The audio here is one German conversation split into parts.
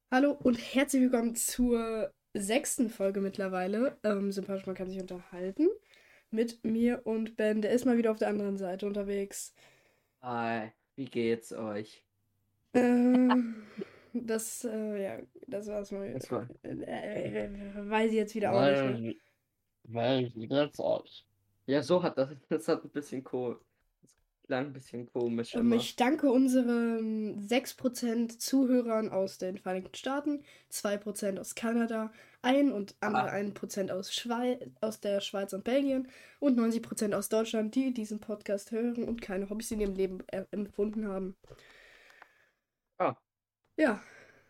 Hallo und herzlich willkommen zur sechsten Folge mittlerweile. Sympathisch, man kann sich unterhalten. Mit mir und Ben, der ist mal wieder auf der anderen Seite unterwegs. Hi, wie geht's euch? Äh, ja, das war's mal. Das war, Weiß ich jetzt wieder auch nicht mehr. weil, wie geht's euch? Ja, so hat das hat ein bisschen das klang ein bisschen komisch immer. Ich danke unseren 6% Zuhörern aus den Vereinigten Staaten, 2% aus Kanada, und andere Ah, 1% aus der Schweiz und Belgien und 90% aus Deutschland, die diesen Podcast hören und keine Hobbys in ihrem Leben empfunden haben. ah, Ja,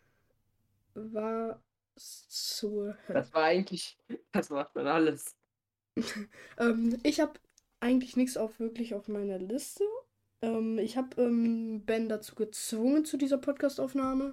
war zur Hölle. das war eigentlich, das war dann alles. Ich habe eigentlich nichts wirklich auf meiner Liste. Ich habe Ben dazu gezwungen zu dieser Podcastaufnahme.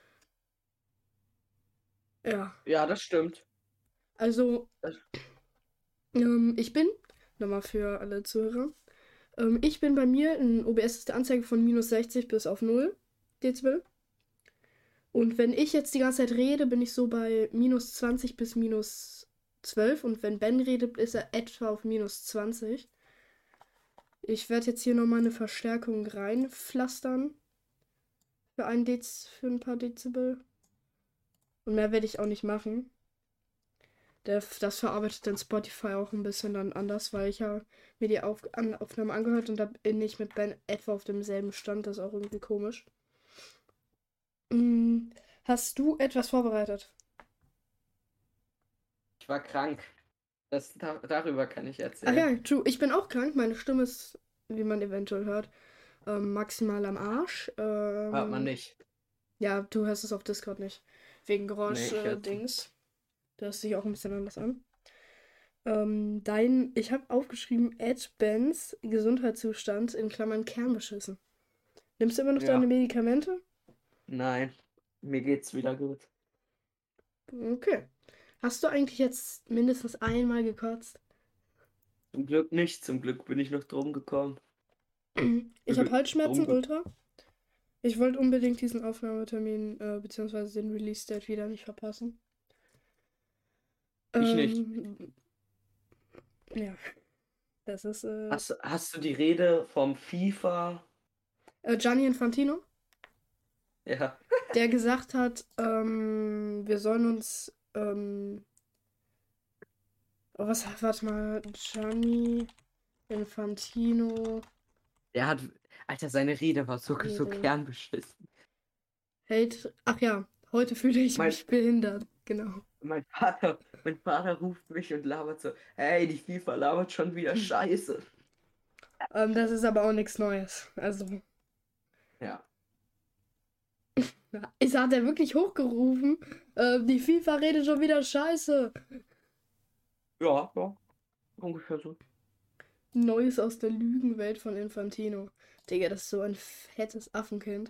Ja, Ja, das stimmt. also Das, Ich bin, nochmal für alle Zuhörer, ich bin bei mir in OBS ist die Anzeige von minus 60 bis auf 0 Dezibel. Und wenn ich jetzt die ganze Zeit rede, bin ich so bei minus 20 bis minus 12. Und wenn Ben redet, ist er etwa auf minus 20. Ich werde jetzt hier nochmal eine Verstärkung reinpflastern für ein paar Dezibel. Und mehr werde ich auch nicht machen. Das verarbeitet dann Spotify auch ein bisschen dann anders, weil ich ja mir die Aufnahme angehört und da bin ich mit Ben etwa auf demselben Stand. Das ist auch irgendwie komisch. Hm, hast du etwas vorbereitet? ich war krank. Darüber kann ich Ach erzählen. ja, true. Ich bin auch krank. Meine Stimme ist, wie man eventuell hört, maximal am Arsch. Hört man nicht. Ja, du hörst es auf Discord nicht. Wegen Nee, ich hör's nicht. Geräusch-Dings. Das hört sich auch ein bisschen anders an. Ich habe aufgeschrieben, Ed Bens Gesundheitszustand in Klammern Kernbeschissen. Nimmst du immer noch deine Ja, Medikamente? nein, mir geht's wieder gut. Okay. Hast du eigentlich jetzt mindestens einmal gekotzt? Zum Glück nicht, zum Glück bin ich noch drum gekommen. Ich habe Drum Halsschmerzen, ge ultra. Ich wollte unbedingt diesen Aufnahmetermin beziehungsweise den Release-Date wieder nicht verpassen. Ich nicht. Ähm, ja, das ist Hast du die Rede vom FIFA? Gianni Infantino, Ja. der gesagt hat, wir sollen uns, warte mal, Gianni Infantino Der hat, Alter, seine Rede war so Rede. kernbeschissen. Ach ja, heute fühle ich Mein, mich behindert. Genau. mein Vater ruft mich und labert so, hey, die FIFA labert schon wieder Scheiße. Das ist aber auch nichts Neues. Also, Ja. es hat er wirklich hochgerufen. Die FIFA redet schon wieder Scheiße. Ja, ja, ungefähr so. Neues aus der Lügenwelt von Infantino. Digga, das ist so ein fettes Affenkind.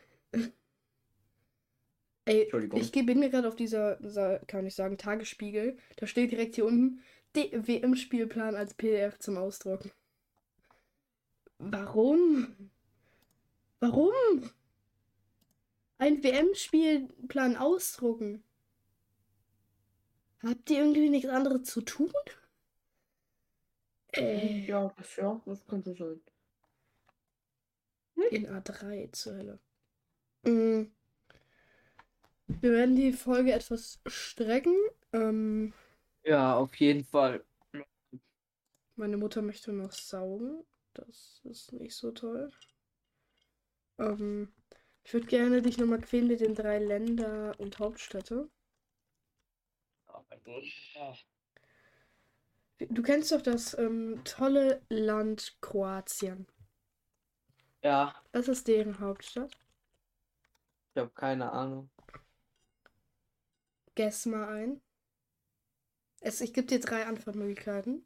Ey, Entschuldigung. bin mir gerade auf kann ich sagen, Tagesspiegel. Da steht direkt hier unten WM-Spielplan als PDF zum Ausdrucken. Warum? Warum? Ein WM-Spielplan ausdrucken? Habt ihr irgendwie nichts anderes zu tun? Äh, Ja, das könnte sein. Hm? in A3 zur Hölle. Mm, Wir werden die Folge etwas strecken. Ähm, Ja, auf jeden Fall. Meine Mutter möchte noch saugen. Das ist nicht so toll. Ähm, Ich würde gerne dich nochmal quälen mit den drei Länder und Hauptstädte. Du kennst doch das tolle Land Kroatien. Ja, Was ist deren Hauptstadt? ich habe keine Ahnung. Guess mal ein. Ich gebe dir drei Antwortmöglichkeiten.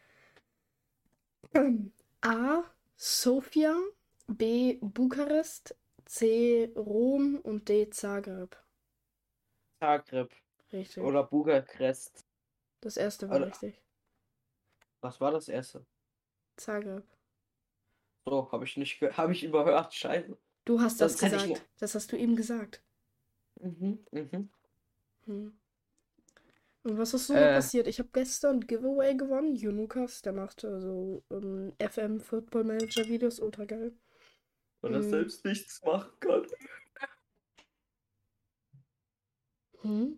A. Sofia. B. Bukarest. C. Rom und D. Zagreb. Zagreb Richtig. oder Bukarest. Das erste war Oder, richtig. was war das erste? Zagreb. So, habe ich nicht, habe ich überhört. Scheiße. Du hast das Sonst hätte ich, gesagt. Das hast du eben gesagt. Mhm. Hm. Und was ist so noch Äh, passiert? Ich habe gestern ein Giveaway gewonnen. Junukas, der macht so FM Football Manager Videos, ultra geil. und er Hm. selbst nichts machen kann. Hm.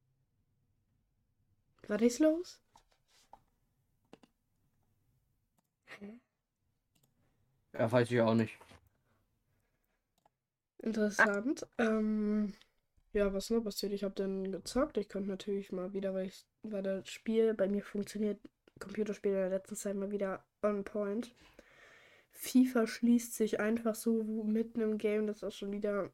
Was ist los? Ja, weiß ich auch nicht. Interessant. Ja, was noch passiert? Ich habe dann gezockt. Ich konnte natürlich mal wieder, weil das Spiel bei mir funktioniert, Computerspiel in der letzten Zeit mal wieder on point. FIFA schließt sich einfach so mitten im Game, das ist auch schon wieder.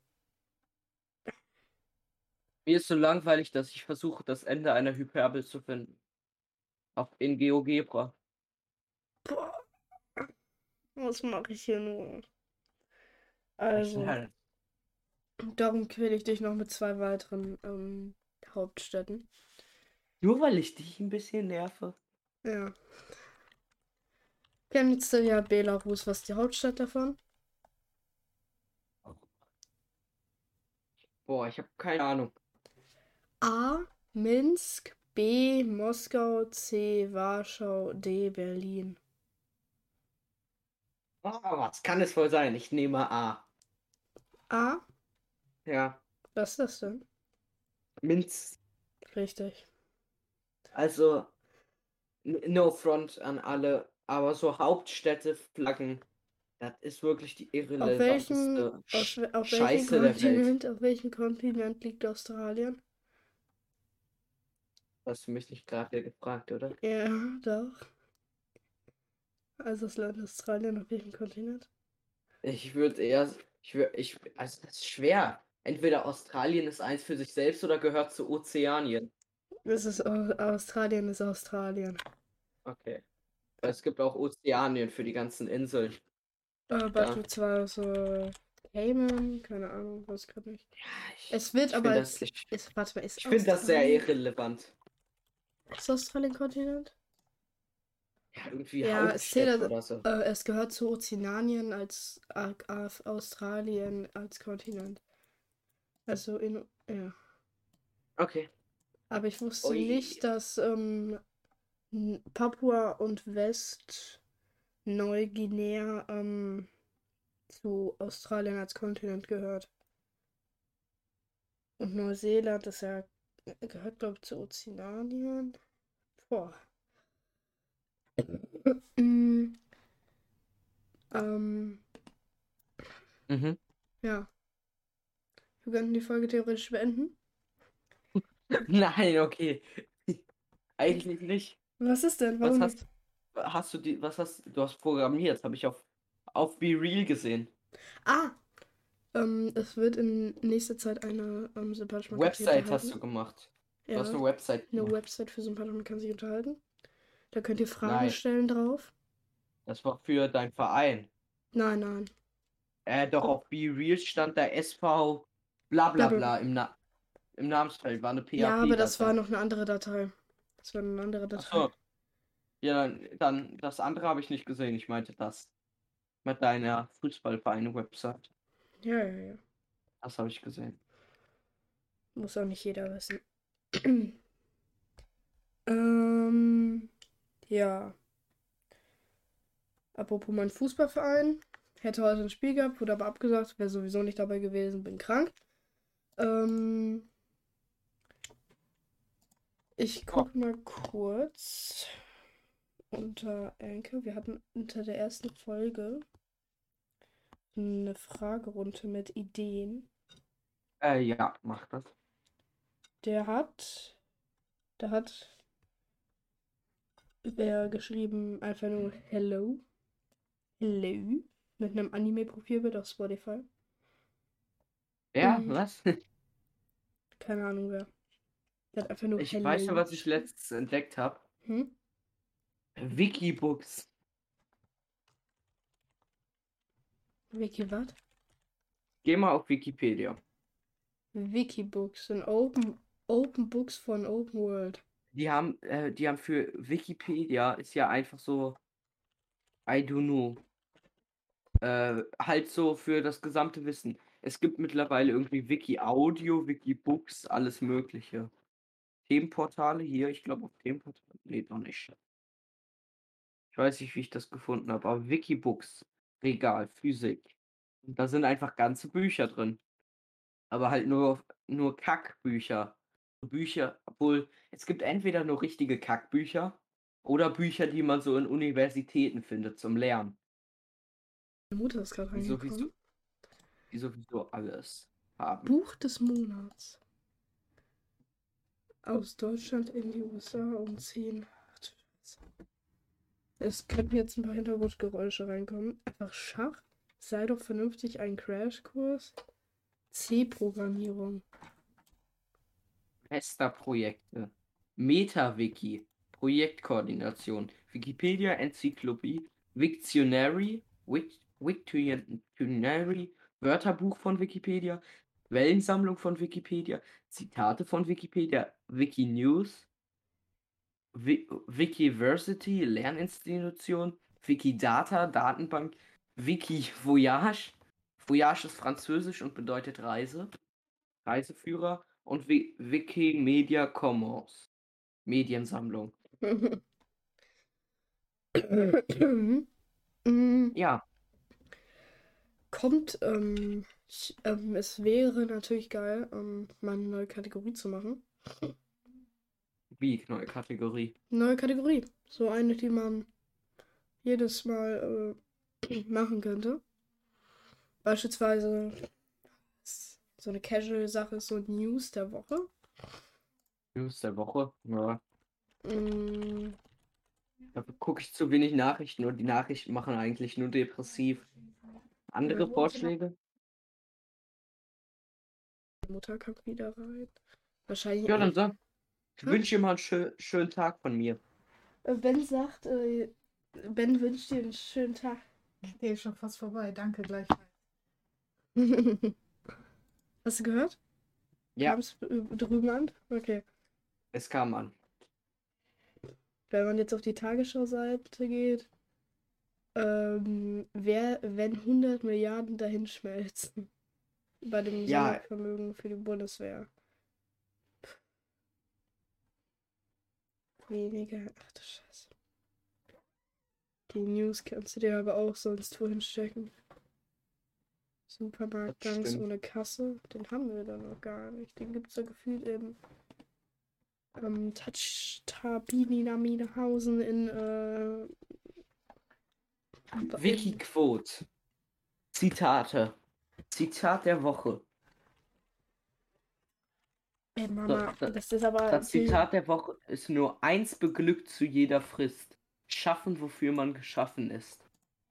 Mir ist so langweilig, dass ich versuche, das Ende einer Hyperbel zu finden. In GeoGebra. Boah, was mache ich hier nur? Ich Also, lerne. darum quäle ich dich noch mit zwei weiteren Hauptstädten. Nur weil ich dich ein bisschen nerve. Ja. Kennst du ja Belarus, was ist die Hauptstadt davon? Boah, ich habe keine Ahnung. A. Minsk, B. Moskau, C. Warschau, D. Berlin. Was kann es wohl sein? Ich nehme A. A. Ja, Was ist das denn? Minz. Richtig. Also, no front an alle, aber so Hauptstädte, Flaggen, das ist wirklich die irrelevanteste Auf welchem Scheiße der Welt. Kontinent liegt Australien? Hast du mich nicht gerade gefragt, oder? Ja, doch. Also das Land Australien auf welchem Kontinent? Ich würde eher, also das ist schwer. Entweder Australien ist eins für sich selbst oder gehört zu Ozeanien. Australien ist Australien. Okay. Es gibt auch Ozeanien für die ganzen Inseln. Da. Beispielsweise Cayman, keine Ahnung, weiß gerade nicht. Ja, Es wird ich aber finde das, als. Warte mal, ist ich finde das sehr Australien. irrelevant. Ist Australien Kontinent? Ja, irgendwie Ja, es Hauptstädte zählt. oder so. Es gehört zu Ozeanien als Australien als Kontinent. Also in. Ja. Okay. Aber ich wusste Ui. nicht, dass Papua und West-Neuguinea zu Australien als Kontinent gehört. Und Neuseeland ist ja, gehört, glaube ich, zu Ozeanien. Boah. Mm, ähm, Mhm. ja. Wir könnten die Folge theoretisch beenden. Nein, okay. Eigentlich nicht. Was ist denn? Was Warum nicht? du hast programmiert, habe ich auf Be Real gesehen. Ah! Es wird in nächster Zeit eine sympathisch, man kann sich Website hast unterhalten. du gemacht. Du hast Ja, eine Website eine gemacht. Website für sympathisch, man kann sich unterhalten. Da könnt ihr Fragen Nein, stellen drauf. das war für deinen Verein. Nein, nein. Doch auf Be Real stand da SV bla bla Blablabla. bla im Namensfeld, war eine Ja, aber das war PHP-Datei. noch eine andere Datei. Das war eine andere Datei. Achso, ja, dann das andere habe ich nicht gesehen. Ich meinte das mit deiner Fußballverein-Website. Ja, ja, ja. Das habe ich gesehen. Muss auch nicht jeder wissen. ähm, ja. Apropos mein Fußballverein. Hätte heute ein Spiel gehabt, wurde aber abgesagt. Wäre sowieso nicht dabei gewesen, bin krank. Ähm, ich Oh, guck mal kurz unter Anchor. Wir hatten unter der ersten Folge eine Fragerunde mit Ideen. ja, mach das. Der hat, da hat wer geschrieben einfach nur Hello. Hello. Mit einem Anime-Profilbild auf Spotify. Ja, Mhm. was? Keine Ahnung wer. Der hat einfach nur Ich weiß ja, Hello was ich geschrieben. letztens entdeckt habe. Hm? Wikibooks. Wiki was? Geh mal auf Wikipedia. Wikibooks sind Open Books von Open World. Die haben für Wikipedia ist ja einfach so, I do know. Halt so für das gesamte Wissen. Es gibt mittlerweile irgendwie Wiki Audio, Wiki Books, alles Mögliche. Themenportale hier, ich glaube auf Themenportale. Nee, doch nicht. Ich weiß nicht, wie ich das gefunden habe, aber Wikibooks, Regal, Physik. Und da sind einfach ganze Bücher drin. Aber halt nur Kackbücher. Bücher, obwohl es gibt entweder nur richtige Kackbücher oder Bücher, die man so in Universitäten findet zum Lernen. Meine Mutter ist gerade Die reingekommen. sowieso alles haben. Buch des Monats. Aus Deutschland in die USA umziehen. Ach, du Scheiße. Es könnten jetzt ein paar Hintergrundgeräusche reinkommen. Einfach Schach. Sei doch vernünftig, ein Crashkurs. C-Programmierung. Projekte. MetaWiki, Projektkoordination, Wikipedia Enzyklopädie, Wiktionary, Wiktionary, Wörterbuch von Wikipedia, Quellensammlung von Wikipedia, Zitate von Wikipedia, Wikinews, Wikiversity, Lerninstitution, Wikidata, Datenbank, Wikivoyage. Voyage ist französisch und bedeutet Reise. Reiseführer und Wikimedia Commons. Mediensammlung. Ja, Kommt, es wäre natürlich geil, mal eine neue Kategorie zu machen. wie neue Kategorie. Neue Kategorie. So eine, die man jedes Mal machen könnte. Beispielsweise so eine Casual-Sache ist so News der Woche. News der Woche. Ja. Mm, Dafür gucke ich zu wenig Nachrichten und die Nachrichten machen eigentlich nur depressiv. Andere Vorschläge? die Mutter kommt wieder rein. Wahrscheinlich. Ja, dann sag. Ich wünsche dir mal einen schönen Tag von mir. Ben sagt, Ben wünscht dir einen schönen Tag. Der ist schon fast vorbei. Danke, gleichfalls. Hast du gehört? Ja, Kam es drüben an? Okay. es kam an. Wenn man jetzt auf die Tagesschau-Seite geht, wenn 100 Milliarden dahin schmelzen bei dem Ja. Sondervermögen für die Bundeswehr. Weniger. Ach du Scheiße. Die News kannst du dir aber auch sonst wohin stecken. Supermarkt Das ganz stimmt. ohne Kasse. Den haben wir da noch gar nicht. Den gibt es da gefühlt in Tabininamidehausen in Wikiquote. Zitate. Zitat der Woche. Ey, Mama, das ist aber. Das Zitat der Woche ist nur: eins beglückt zu jeder Frist. Schaffen, wofür man geschaffen ist.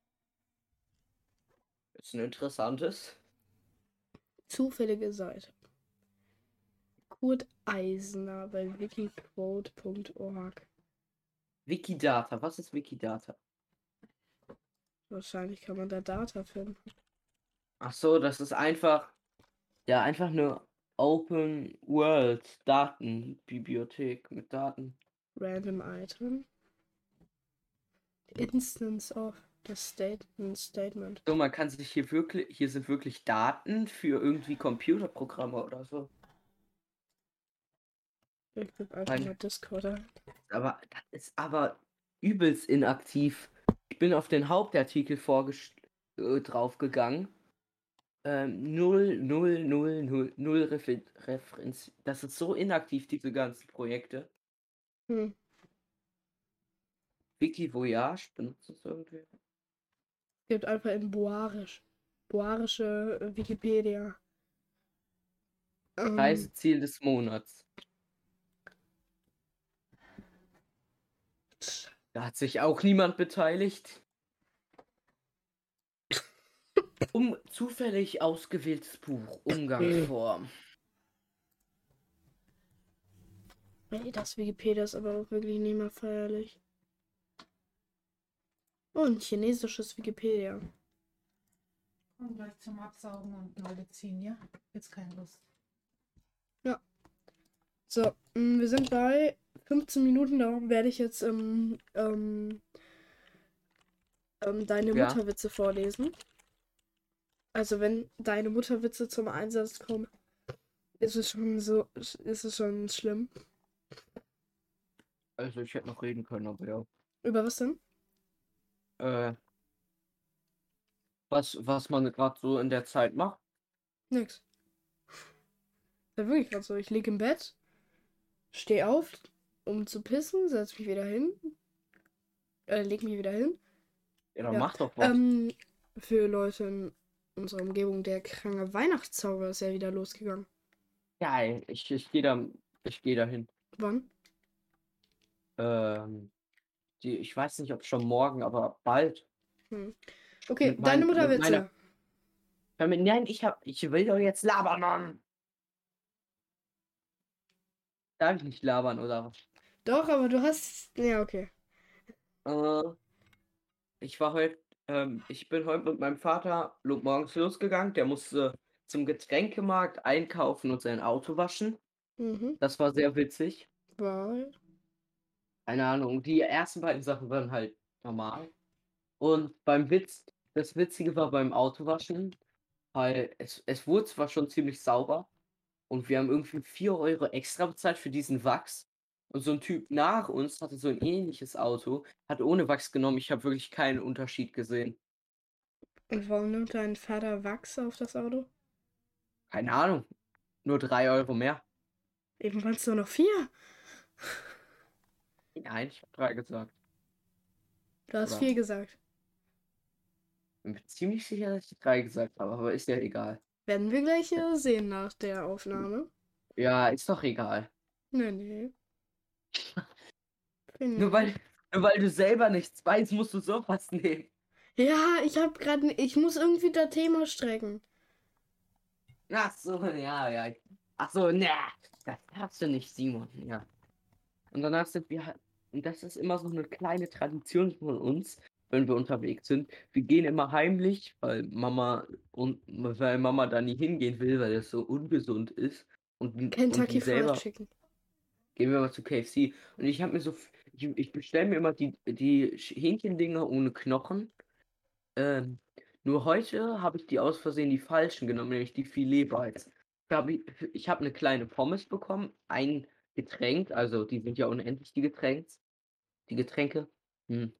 Ist ein interessantes. Zufällige Seite. Kurt Eisner bei wikiquote.org. Wikidata. Was ist Wikidata? Wahrscheinlich kann man da Data finden. Ach so, das ist einfach eine Open World Datenbibliothek mit Daten. Random Item. Instance of the Statement. So, man kann sich hier sind wirklich Daten für irgendwie Computerprogramme oder so. Ich gebe einfach mal Discord ein. Aber das ist aber übelst inaktiv. Ich bin auf den Hauptartikel draufgegangen. 0 Referenz. Das ist so inaktiv, diese ganzen Projekte. Wikivoyage, benutzt es irgendwie? Gibt einfach in Boarisch. Boarische Wikipedia. Reiseziel des Monats. Da hat sich auch niemand beteiligt. Zufällig ausgewähltes Buch. Umgangsform. Ey, das Wikipedia ist aber auch wirklich nicht mehr feierlich. Und chinesisches Wikipedia. Komm gleich zum Absaugen und neu ziehen, ja? Jetzt keine Lust. Ja. So, wir sind bei 15 Minuten, darum werde ich jetzt deine Mutterwitze vorlesen. Also wenn deine Mutterwitze zum Einsatz kommen, ist es schon schlimm. Also ich hätte noch reden können, aber ja. Über was denn? Äh, was man gerade so in der Zeit macht. Nix. Ja, wirklich gerade so. Ich lieg im Bett, steh auf, um zu pissen, setz mich wieder hin, leg mich wieder hin. Ja, dann Ja. mach doch was. Für Leute in unserer Umgebung, der kranke Weihnachtszauber ist ja wieder losgegangen. Geil, ich geh da hin. Wann? Ich weiß nicht, ob schon morgen, aber bald. Okay, Mit deine mein, mit Mutterwitze. meiner. Nein, ich will doch jetzt labern, Mann. Darf ich nicht labern, oder was? Doch, aber du hast. Ja, okay. Äh, ich war heute, ich bin heute mit meinem Vater morgens losgegangen. Der musste zum Getränkemarkt einkaufen und sein Auto waschen. Mhm. Das war sehr witzig. Weil. Keine Ahnung. Die ersten beiden Sachen waren halt normal. Und das Witzige war beim Autowaschen, weil es wurde zwar schon ziemlich sauber und wir haben irgendwie 4 Euro extra bezahlt für diesen Wachs. Und so ein Typ nach uns hatte so ein ähnliches Auto, hat ohne Wachs genommen. Ich habe wirklich keinen Unterschied gesehen. Und warum nimmt dein Vater Wachs auf das Auto? Keine Ahnung. Nur 3 Euro mehr. Eben waren es nur noch 4. Nein, ich habe 3 gesagt. Du hast Oder? 4 gesagt. Bin mir ziemlich sicher, dass ich 3 gesagt habe, aber ist ja egal. Werden wir gleich sehen nach der Aufnahme. Ja, ist doch egal. Nee. Nur weil, nur weil du selber nichts weißt, musst du sowas nehmen. Ja, ich muss irgendwie das Thema strecken. Ach so, ja. Ach so, ne, das darfst du nicht, Simon. Ja. Und danach sind wir halt, und das ist immer so eine kleine Tradition von uns, wenn wir unterwegs sind. Wir gehen immer heimlich, weil Mama da nie hingehen will, weil das so ungesund ist. Und Kentucky die Fried selber Chicken. gehen wir mal zu KFC. Und ich bestelle mir immer die Hähnchendinger ohne Knochen. Ähm, Nur heute habe ich die aus Versehen die falschen genommen, nämlich die Filet Bites. Ich habe eine kleine Pommes bekommen, ein Getränk, also die sind ja unendlich, die Getränke. Hm.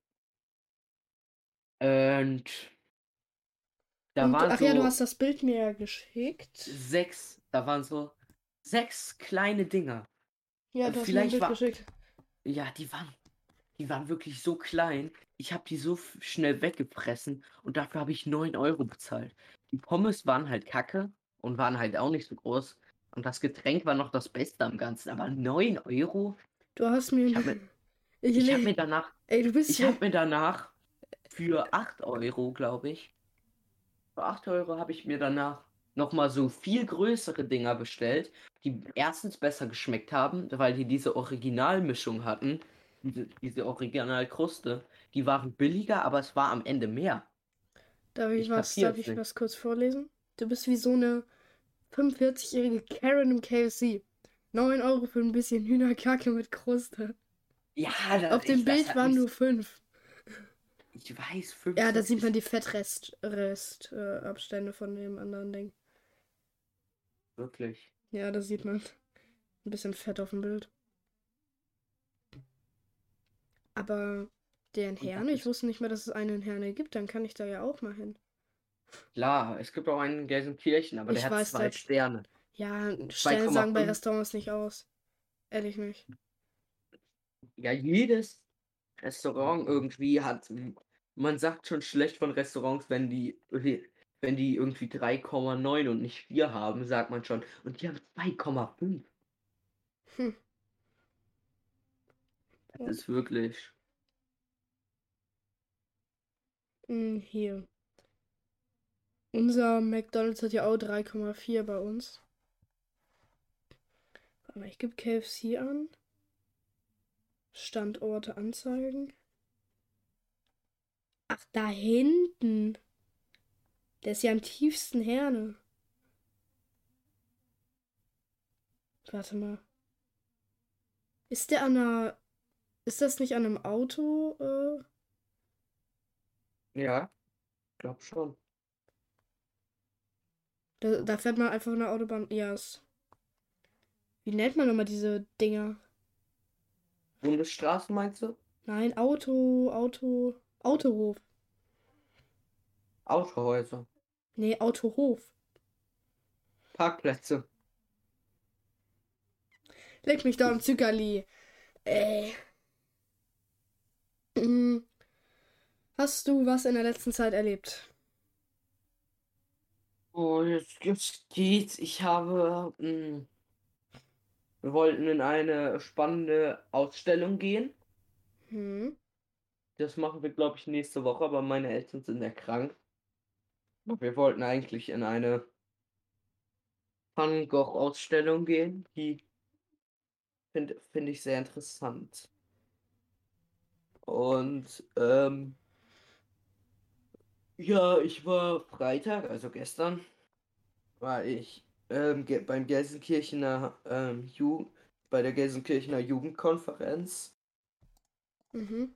Und da Und waren ach ja, du so hast das Bild mir geschickt. da waren so 6 kleine Dinger. Ja, du hast mir ein Vielleicht Bild geschickt. ja, die waren wirklich so klein. Ich habe die so schnell weggefressen und dafür habe ich 9 Euro bezahlt. Die Pommes waren halt kacke und waren halt auch nicht so groß. Und das Getränk war noch das Beste am Ganzen. Aber 9 Euro? Du hast mir. Ich habe mir, Ich ich hab leg. mir danach, Ey, du bist ich so. habe mir danach für 8 Euro, glaube ich, für 8 Euro habe ich mir danach nochmal so viel größere Dinger bestellt, die erstens besser geschmeckt haben, weil die diese Originalmischung hatten, diese Originalkruste. Die waren billiger, aber es war am Ende mehr. Ich kapiere Darf es ich nicht. was kurz vorlesen? Du bist wie so eine 45-jährige Karen im KFC. 9 Euro für ein bisschen Hühnerkacke mit Kruste. Ja, Auf dem das Bild hat waren mich. nur 5. Ich weiß, Ja, 5 da das sieht man ist die Abstände von dem anderen Ding. wirklich. Ja, da sieht man ein bisschen Fett auf dem Bild. Aber der in Und das Herne, ich ist wusste nicht mehr, dass es einen in Herne gibt, dann kann ich da ja auch mal hin. klar. Es gibt auch einen in Gelsenkirchen, aber der Ich hat weiß, 2 da. Sterne. Ja, Sterne sagen bei 2,5. Restaurants nicht aus. Ehrlich nicht. Ja, jedes Restaurant irgendwie hat. Man sagt schon schlecht von Restaurants, wenn die irgendwie 3,9 und nicht 4 haben, sagt man schon. Und die haben 2,5. Hm. Das ist wirklich. Hier. Unser McDonald's hat ja auch 3,4 bei uns. Aber ich gebe KFC an. Standorte anzeigen. Ach, da hinten. Der ist ja am tiefsten Herne. Warte mal. Ist der an einer. Ist das nicht an einem Auto? Ja, glaub schon. Da fährt man einfach eine Autobahn. Ja, wie nennt man nochmal diese Dinger? Bundesstraßen meinst du? Nein, Autohof. Autohäuser, Nee, Autohof. Parkplätze. Leg mich da am Zuckerli. Ey. Mm, Hast du was in der letzten Zeit erlebt? Oh, jetzt geht's. Wir wollten in eine spannende Ausstellung gehen. Hm. Das machen wir, glaube ich, nächste Woche, aber meine Eltern sind ja krank. Wir wollten eigentlich in eine Van Gogh-Ausstellung gehen. Die find ich sehr interessant. Und ja, ich war Freitag, also gestern, war ich beim bei der Gelsenkirchener Jugendkonferenz. Mhm.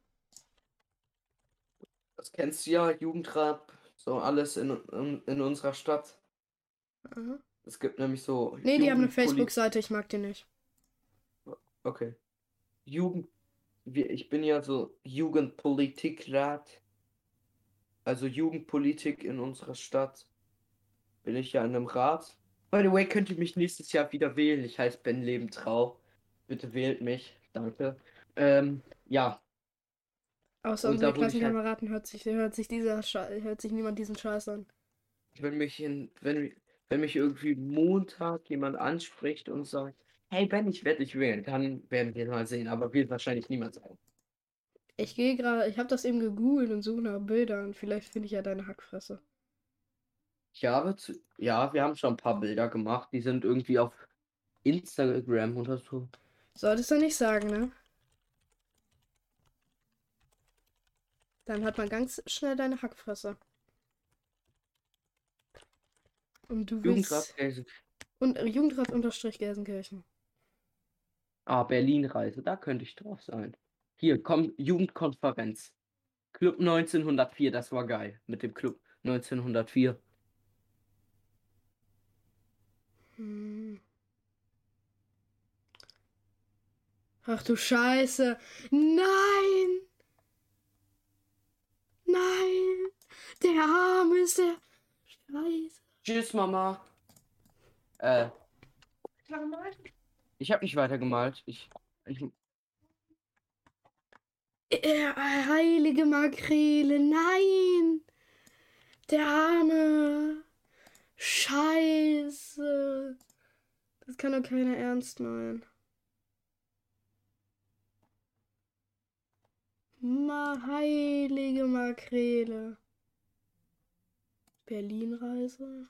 Das kennst du ja, Jugendrat, so alles in unserer Stadt. Aha. Es gibt nämlich so Nee, die haben eine Jugendpolitik. Facebook-Seite, ich mag die nicht. Okay. Jugend, ich bin ja so Jugendpolitikrat, also Jugendpolitik in unserer Stadt. Bin ich ja in einem Rat. By the way, könnt ihr mich nächstes Jahr wieder wählen. Ich heiße Ben Lebentrau. Bitte wählt mich. Danke. Ja, Außer und unsere da wurde ich halt, Klassenkameraden hört sich niemand diesen Scheiß an. wenn mich irgendwie Montag jemand anspricht und sagt, hey Ben, ich werde dich wählen, dann werden wir mal sehen. Aber wird wahrscheinlich niemand sagen. Ich habe das eben gegoogelt und suche nach Bildern. Vielleicht finde ich ja deine Hackfresse. Ja, wir haben schon ein paar Bilder gemacht. Die sind irgendwie auf Instagram oder so. Solltest du nicht sagen, ne? Dann hat man ganz schnell deine Hackfresse. Und du Jugendrat willst. Gelsen. Und Jugendrat-Gelsenkirchen. Ah, Berlin-Reise, da könnte ich drauf sein. Hier, komm, Jugendkonferenz. Club 1904, das war geil. Mit dem Club 1904. Hm. Ach du Scheiße. Nein! Nein! Der Arme ist der. Scheiße. Tschüss, Mama. Äh, ich habe nicht weitergemalt. Ich, Heilige Makrele, nein! Der Arme. Scheiße. Das kann doch keiner ernst meinen. Heilige Makrele. Berlin-Reise.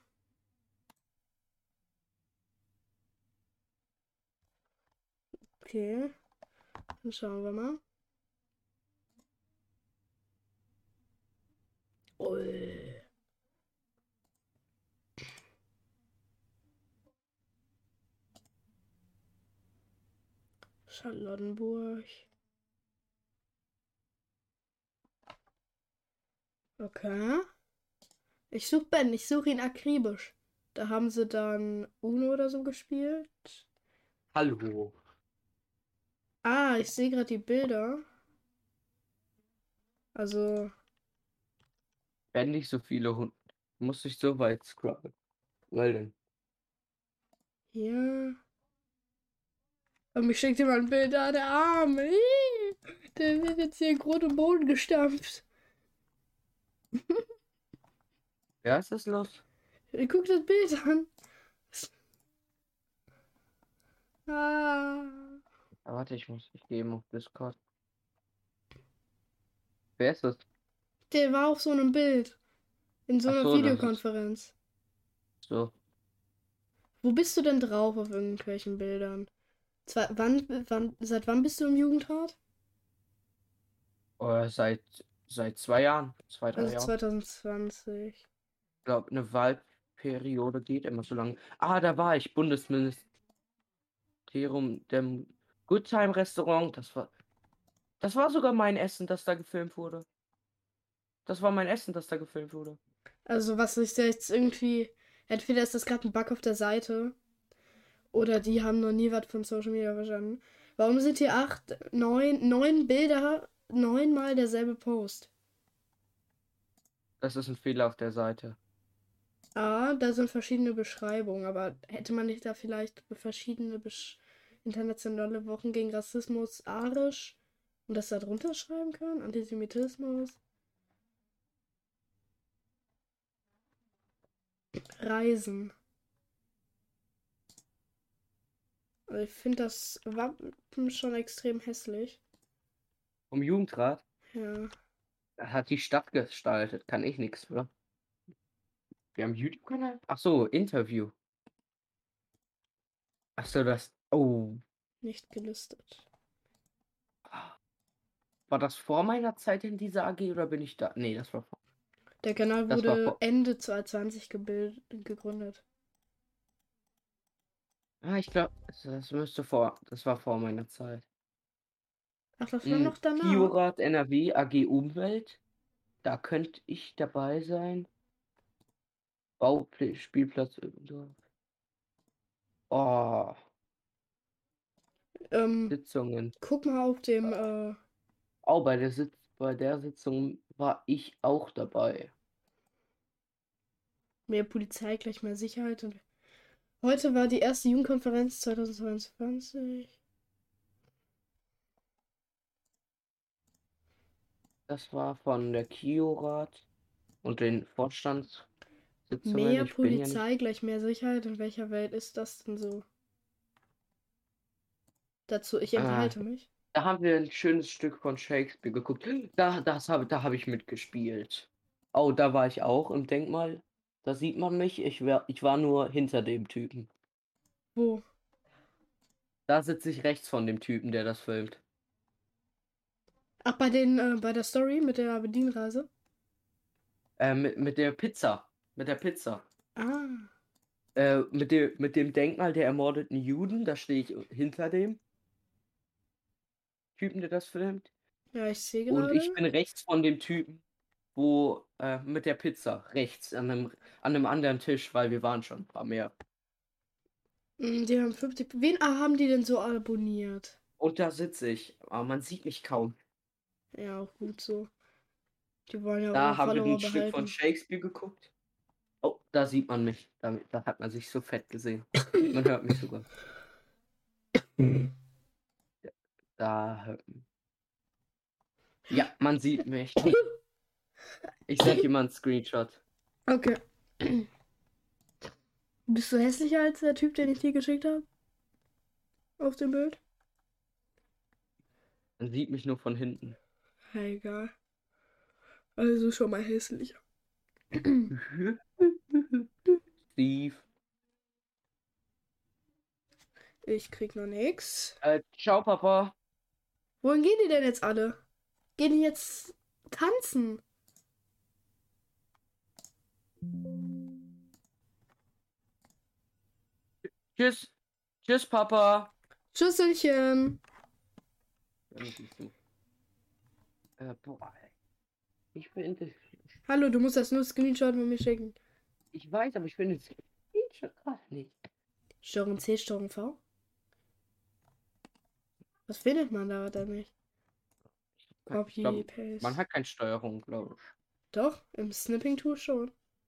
Okay, dann schauen wir mal. Ui. Charlottenburg. Okay. Ich suche ihn akribisch. Da haben sie dann Uno oder so gespielt. hallo. Ah, ich sehe gerade die Bilder. Also, Werden nicht so viele Hunde. Muss ich so weit scrollen. Weil denn? hier. Und mich schickt jemand ein Bild da, der Arme. Ih, der wird jetzt hier in Grund und Boden gestampft. Ja, ist das los? Guck das Bild an. Ah. Ah, warte, ich gehe eben auf Discord. Wer ist das? Der war auf so einem Bild. In so Ach einer so, das ist Videokonferenz. so. Wo bist du denn drauf auf irgendwelchen Bildern? Seit wann bist du im Jugendrat? Seit 2 Jahren, zwei, drei Also Jahren. 2020. Ich glaube, eine Wahlperiode geht immer so lange. Ah, da war ich, Bundesministerium, dem Good Time Restaurant. Das war sogar mein Essen, das da gefilmt wurde. Das war mein Essen, das da gefilmt wurde. Also was ich jetzt irgendwie Entweder ist das gerade ein Bug auf der Seite oder die haben noch nie was von Social Media verstanden. Warum sind hier 9 Bilder, 9-mal derselbe Post? Das ist ein Fehler auf der Seite. Da sind verschiedene Beschreibungen, aber hätte man nicht da vielleicht verschiedene internationale Wochen gegen Rassismus, arisch und das da drunter schreiben können? Antisemitismus? Reisen. Also ich finde das Wappen schon extrem hässlich. Vom Jugendrat Ja. hat die Stadt gestaltet. Kann ich nichts für. Wir haben einen YouTube-Kanal? Ach so, Interview. Ach so, das. Oh. Nicht gelistet. War das vor meiner Zeit in dieser AG oder bin ich da? Nee, das war vor. Der Kanal Das war wurde vor. Ende 2020 gegründet. Ich glaube, das war vor meiner Zeit. Ach, das war noch danach. Kiorat NRW AG Umwelt. Da könnte ich dabei sein. Bauspielplatz Öbendorf. Oh, Sitzungen. Guck mal auf dem, Bei der Sitzung war ich auch dabei. mehr Polizei, gleich mehr Sicherheit. Und heute war die erste Jugendkonferenz 2022. Das war von der Kiorat und den Vorstandssitzungen. Mehr Ich bin ja nicht. Polizei, gleich mehr Sicherheit. In welcher Welt ist das denn so? Dazu, ich enthalte mich. Da haben wir ein schönes Stück von Shakespeare geguckt. Da habe ich mitgespielt. Oh, da war ich auch im Denkmal. Da sieht man mich. Ich war nur hinter dem Typen. Wo? Da sitze ich rechts von dem Typen, der das filmt. Ach, bei der Story mit der Bedienreise? Mit der Pizza. Mit der Pizza. Ah. Mit dem Denkmal der ermordeten Juden. Da stehe ich hinter dem Typen, der das filmt. Ja, ich sehe Und ich gerade. bin rechts von dem Typen, wo mit der Pizza. Rechts an einem anderen Tisch, weil wir waren schon ein paar mehr. Die haben 50. Wen haben die denn so abonniert? Und da sitze ich. Aber man sieht mich kaum. Ja, auch gut so. Die wollen ja Da eure haben wir Follower ein Stück von behalten. Shakespeare geguckt. Oh, da sieht man mich. Da hat man sich so fett gesehen. Man hört mich sogar. Da hört man. Ja, man sieht mich. Ich send dir mal einen Screenshot. Okay. Bist du hässlicher als der Typ, den ich dir geschickt habe? Auf dem Bild? Man sieht mich nur von hinten. Ja, egal. Also schon mal hässlicher. Steve. Ich krieg noch nix. Ciao, Papa. Wohin gehen die denn jetzt alle? Gehen die jetzt tanzen? Tschüss. Tschüss, Papa. Schüsselchen. Ja, siehst du. Boah. Ich finde. Hallo, du musst das nur Screenshot von mir schicken. Ich weiß, aber ich finde es Screenshot gerade nicht. Steuerung C, Steuerung V? Was findet man da denn nicht? Ich glaub, Copy, man Paste. hat keine Steuerung, glaube ich. Doch, im Snipping-Tool schon.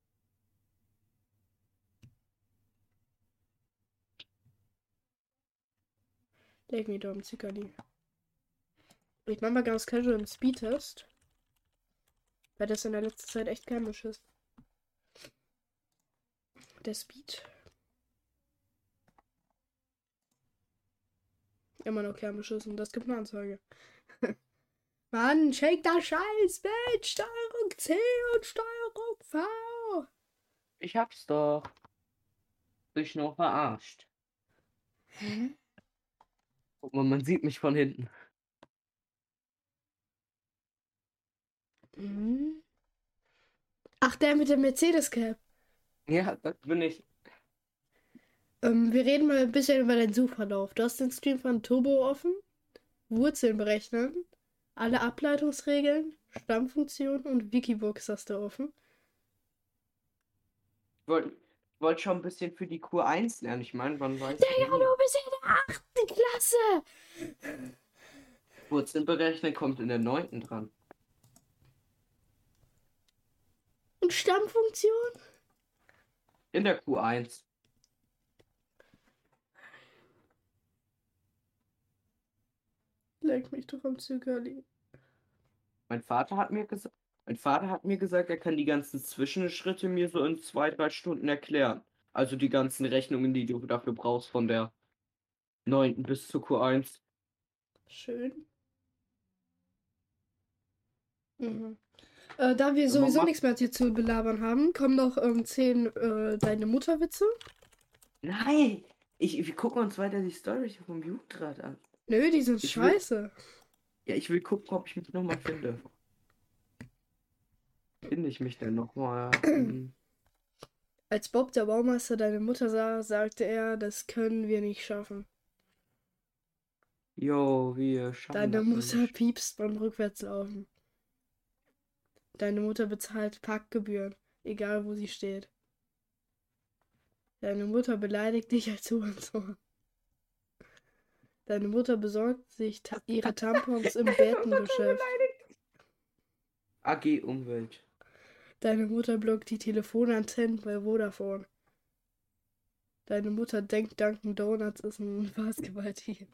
Leg mich doch im Zuckerli. Ich mach mal ganz casual einen Speedtest. Weil das in der letzten Zeit echt komisch ist. Der Speed. Immer noch komisch ist und das gibt eine Anzeige. Mann, shake das Scheiß mit Steuerung C und Steuerung V. Ich hab's doch. Dich nur verarscht. Hä? Guck mal, man sieht mich von hinten. Hm? Ach, der mit der Mercedes-Cap. Ja, das bin ich. Wir reden mal ein bisschen über deinen Suchverlauf. Du hast den Stream von Turbo offen, Wurzeln berechnen, alle Ableitungsregeln, Stammfunktionen und Wikibooks hast du offen. Wollte wollte schon ein bisschen für die Q1 lernen. Ich meine, wann weiß Digga, nie. du bist in der 8. Klasse. Wurzeln berechnen kommt in der 9. dran. Und Stammfunktion? In der Q1. Leck mich doch am Zuckerli. Mein Vater hat mir gesagt, er kann die ganzen Zwischenschritte mir so in 2, 3 Stunden erklären. Also die ganzen Rechnungen, die du dafür brauchst von der 9. bis zur Q1. Schön. Mhm. Da wir Ja, sowieso Mama. nichts mehr hier zu belabern haben, kommen noch 10 deine Mutterwitze. Nein! Wir gucken uns weiter die Story vom Jugendrad an. Nö, die sind Ich will- scheiße. Ja, ich will gucken, ob ich mich nochmal finde. Finde ich mich denn nochmal? Als Bob der Baumeister deine Mutter sah, sagte er, das können wir nicht schaffen. Jo, wir schaffen Deine das Mutter nicht. piepst beim Rückwärtslaufen. Deine Mutter bezahlt Parkgebühren, egal wo sie steht. Deine Mutter beleidigt dich als Hurensohn. Deine Mutter besorgt sich ihre Tampons im Bettengeschäft. AG Umwelt. Deine Mutter blockt die Telefonantennen bei Vodafone. Deine Mutter denkt, Dunkin' Donuts ist ein Basketballteam.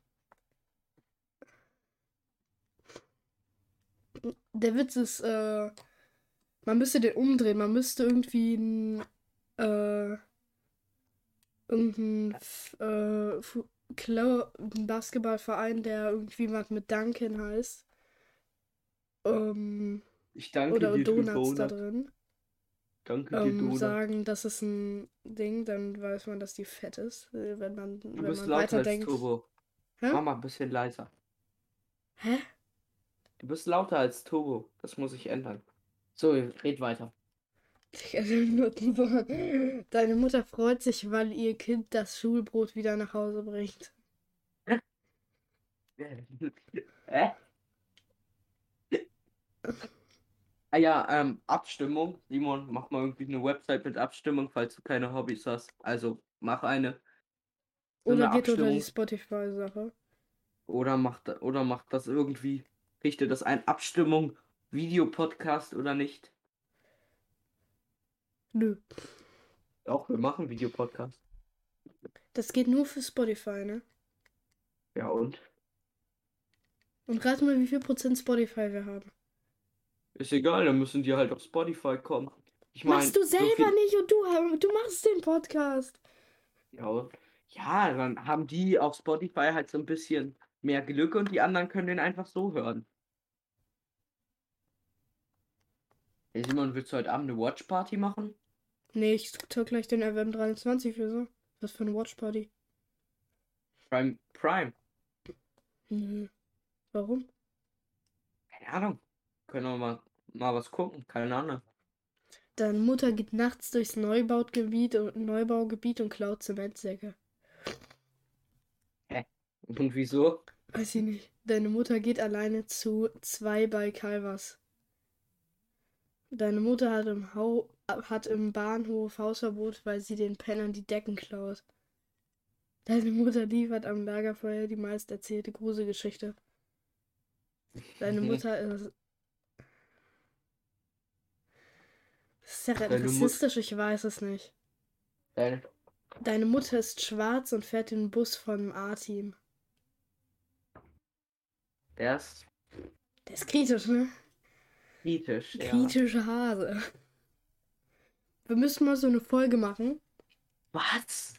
Der Witz ist, man müsste den umdrehen. Man müsste irgendwie irgendeinen einen Basketballverein, der irgendwie was mit Dunkin' heißt. Ich danke Oder dir für Donuts da Donut. drin. Danke dir, Donut. Sagen, das ist ein Ding, dann weiß man, dass die fett ist. Wenn man, Du wenn bist man lauter als weiterdenkt. Turbo. Hä? Mach mal ein bisschen leiser. Hä? Du bist lauter als Turbo. Das muss ich ändern. So, red weiter. Deine Mutter freut sich, weil ihr Kind das Schulbrot wieder nach Hause bringt. Hä? Ah ja, Abstimmung. Simon, mach mal irgendwie eine Website mit Abstimmung, falls du keine Hobbys hast. Also mach eine. So Oder eine geht unter die Abstimmung. Spotify-Sache. Oder mach das irgendwie. Richte das ein. Abstimmung, Videopodcast oder nicht? Nö. Auch, wir machen Videopodcast. Das geht nur für Spotify, ne? Ja und? Und rat mal, wie viel Prozent Spotify wir haben. Ist egal, dann müssen die halt auf Spotify kommen. Ich meine, Machst du selber nicht und du machst den Podcast. Ja, dann haben die auf Spotify halt so ein bisschen mehr Glück und die anderen können den einfach so hören. Hey Simon, willst du heute Abend eine Watchparty machen? Nee, ich tue gleich den Erwärm 23 für so. Was für eine Watchparty. Prime. Nö. Warum? Keine Ahnung. Können wir mal was gucken. Keine Ahnung. Deine Mutter geht nachts durchs Neubaugebiet und klaut Zementsäcke. Und wieso? Weiß ich nicht. Deine Mutter geht alleine zu 2 bei Calvas. Deine Mutter hat im Bahnhof Hausverbot, weil sie den Pennern die Decken klaut. Deine Mutter liefert am Lagerfeuer die meist erzählte Gruselgeschichte. Deine Mutter ist... Ist ja Deine rassistisch, ich weiß es nicht. Deine Deine Mutter ist schwarz und fährt den Bus vom A-Team. Der ist Der ist kritisch, ne? kritisch. Ja. Kritische Hase. Wir müssen mal so eine Folge machen, Was?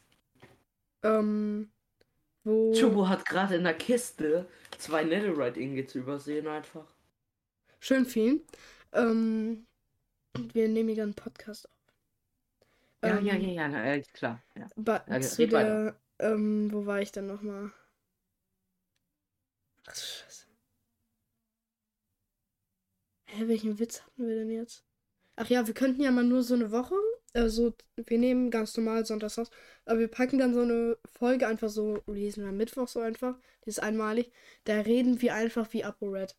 wo... Turbo hat gerade in der Kiste 2 Netherite Ingots übersehen einfach. Schön viel. Wir nehmen hier dann einen Podcast auf. Ja, na, klar. Ja. Zu red weiter. der, wo war ich denn nochmal? Ach, Scheiße. Hä, welchen Witz hatten wir denn jetzt? Ach ja, wir könnten ja mal nur so eine Woche, wir nehmen ganz normal sonntags raus, aber wir packen dann so eine Folge einfach so, releasen wir am Mittwoch so einfach, die ist einmalig, da reden wir einfach wie ApoRed.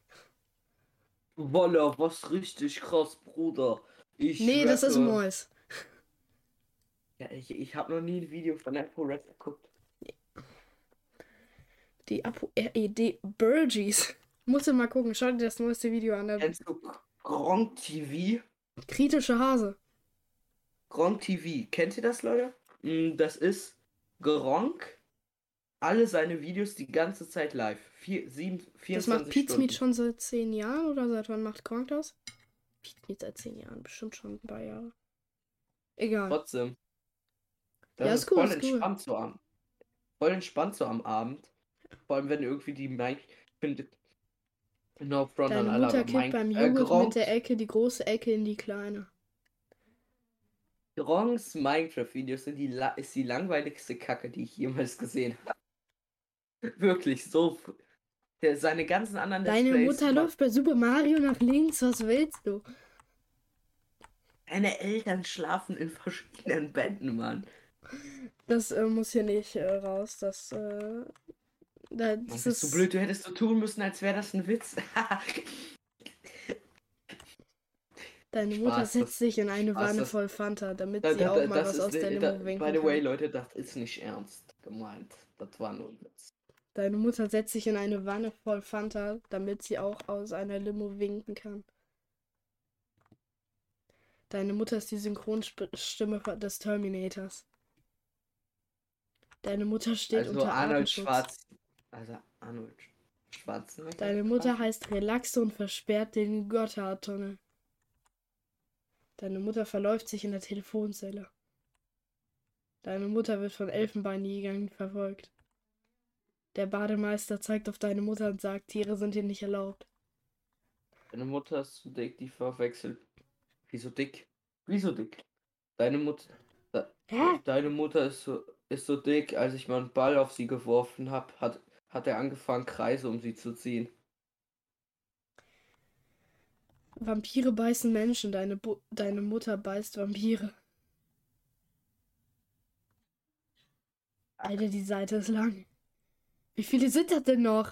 Wolle, was richtig krass, Bruder. Ich Nee, das ist schwöre. Mois. Ja, ich habe noch nie ein Video von ApoRed geguckt. Die ApoRed Burgies. Musst du mal gucken, schau dir das neueste Video an. Kennst du Gronk TV? Kritische Hase. Gronk TV. Kennt ihr das, Leute? Das ist Gronk. Alle seine Videos die ganze Zeit live. 24 Das macht Pete Stunden. Smith schon seit 10 Jahren oder seit wann macht Gronk das? Pete Smith seit 10 Jahren, bestimmt schon ein paar Jahre. Egal. Trotzdem. Ja, Das ist ist cool, voll ist cool. entspannt so voll entspannt so am Abend. Vor allem, wenn irgendwie die Mike findet. No front Deine an alle, Mutter aber kippt beim Joghurt Gronk, mit der Ecke die große Ecke in die kleine. Gronks Minecraft-Videos sind ist die langweiligste Kacke, die ich jemals gesehen habe. Wirklich, so. Seine ganzen anderen Deine Let's Mutter Plays läuft bei Super Mario nach links, was willst du? Deine Eltern schlafen in verschiedenen Betten, Mann. Das muss hier nicht raus, das Mann, das bist du blöd, du hättest so tun müssen, als wäre das ein Witz. Deine Mutter Spaß, setzt sich in eine Spaß, Wanne das- voll Fanta, damit sie auch mal was aus der Limo winken By the way, kann. Leute, das ist nicht ernst gemeint. Das war nur ein Witz. Deine Mutter setzt sich in eine Wanne voll Fanta, damit sie auch aus einer Limo winken kann. Deine Mutter ist die Synchronstimme des Terminators. Deine Mutter steht Also unter Arnold Artenschutz. Schwarz. Also Arnold Schwarzenegger. Deine Mutter heißt Relaxe und versperrt den Gotthardtunnel. Deine Mutter verläuft sich in der Telefonzelle. Deine Mutter wird von Elfenbeinjägern verfolgt. Der Bademeister zeigt auf deine Mutter und sagt, Tiere sind hier nicht erlaubt. Deine Mutter ist zu dick, die verwechselt. Wieso dick? Wieso dick? Deine Mutter. Hä? Deine Mutter ist so dick, als ich mal einen Ball auf sie geworfen habe, hat er angefangen, Kreise um sie zu ziehen. Vampire beißen Menschen. Deine Mutter beißt Vampire. Alter, die Seite ist lang. Wie viele sind das denn noch?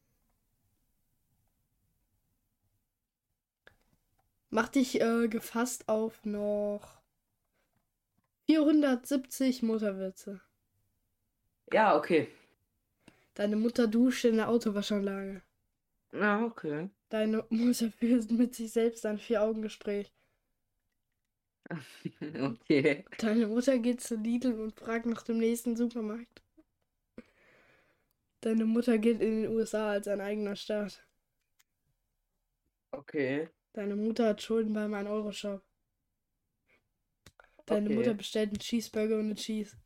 Mach dich gefasst auf noch 470 Mutterwitze. Ja, okay. Deine Mutter duscht in der Autowaschanlage. Ja, okay. Deine Mutter führt mit sich selbst ein Vier-Augen-Gespräch. Okay. Deine Mutter geht zu Lidl und fragt nach dem nächsten Supermarkt. Deine Mutter gilt in den USA als ein eigener Staat. Okay. Deine Mutter hat Schulden beim 1-Euro-Shop. Deine Okay. Mutter bestellt einen Cheeseburger und eine Cheese.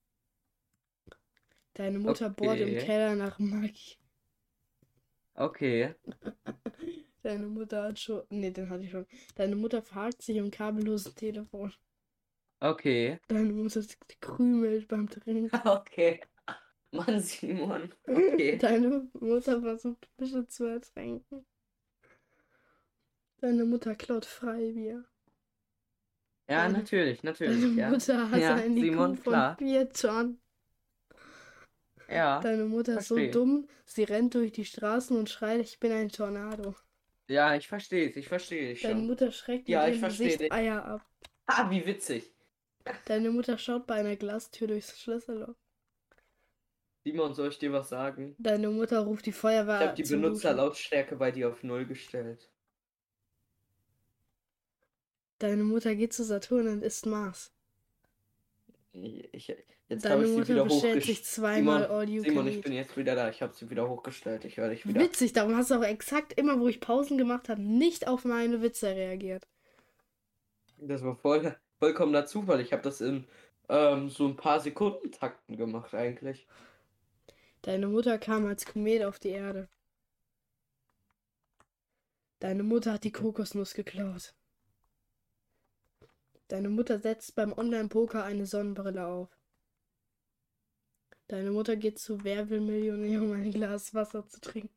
Deine Mutter bohrt im Okay. Keller nach Maggi. Okay. Deine Mutter hat schon... Nee, den hatte ich schon. Deine Mutter fragt sich im kabellosen Telefon. Okay. Deine Mutter krümelt beim Trinken. Okay. Mann, Simon. Okay. Deine Mutter versucht Fische zu ertränken. Deine Mutter klaut Freibier. Ja, Deine- natürlich, Deine natürlich, ja. Mutter hat Ja, einen IQ Simon, von klar. 4 Tonnen. Ja. Deine Mutter ist so verstehe. dumm, sie rennt durch die Straßen und schreit, ich bin ein Tornado. Ja, ich verstehe dich Deine schon. Mutter schreckt Ja, mit ich ihrem verstehe Gesicht dich. Eier ab. Ah, wie witzig. Deine Mutter schaut bei einer Glastür durchs Schlüsselloch. Simon, soll ich dir was sagen? Deine Mutter ruft die Ich Feuerwehr habe die zum Duschen. Benutzerlautstärke bei dir auf 0 gestellt. Deine Mutter geht zu Saturn und isst Mars. Jetzt habe Deine ich sie Mutter wieder bestellt sich hochgestellt. zweimal All You Simon, Can ich Eat. bin jetzt wieder da. Ich habe sie wieder hochgestellt. Ich höre dich wieder. Witzig, darum hast du auch exakt immer, wo ich Pausen gemacht habe, nicht auf meine Witze reagiert. Das war vollkommener Zufall. Ich habe das in so ein paar Sekundentakten gemacht eigentlich. Deine Mutter kam als Komet auf die Erde. Deine Mutter hat die Kokosnuss geklaut. Deine Mutter setzt beim Online-Poker eine Sonnenbrille auf. Deine Mutter geht zu Wer will Millionär, um ein Glas Wasser zu trinken.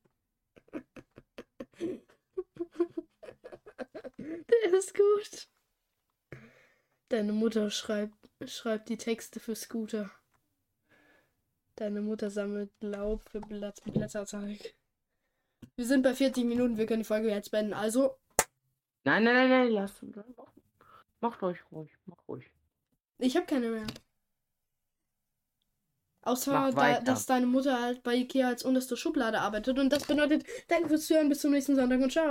Der ist gut. Deine Mutter schreibt die Texte für Scooter. Deine Mutter sammelt Laub für Blätterteig. Wir sind bei 40 Minuten, wir können die Folge jetzt beenden. Also, Nein, lass. Macht euch ruhig, mach ruhig. Ich habe keine mehr. Außer, Mach weiter. dass deine Mutter halt bei Ikea als unterste Schublade arbeitet. Und das bedeutet, danke fürs Zuhören, bis zum nächsten Sonntag und ciao.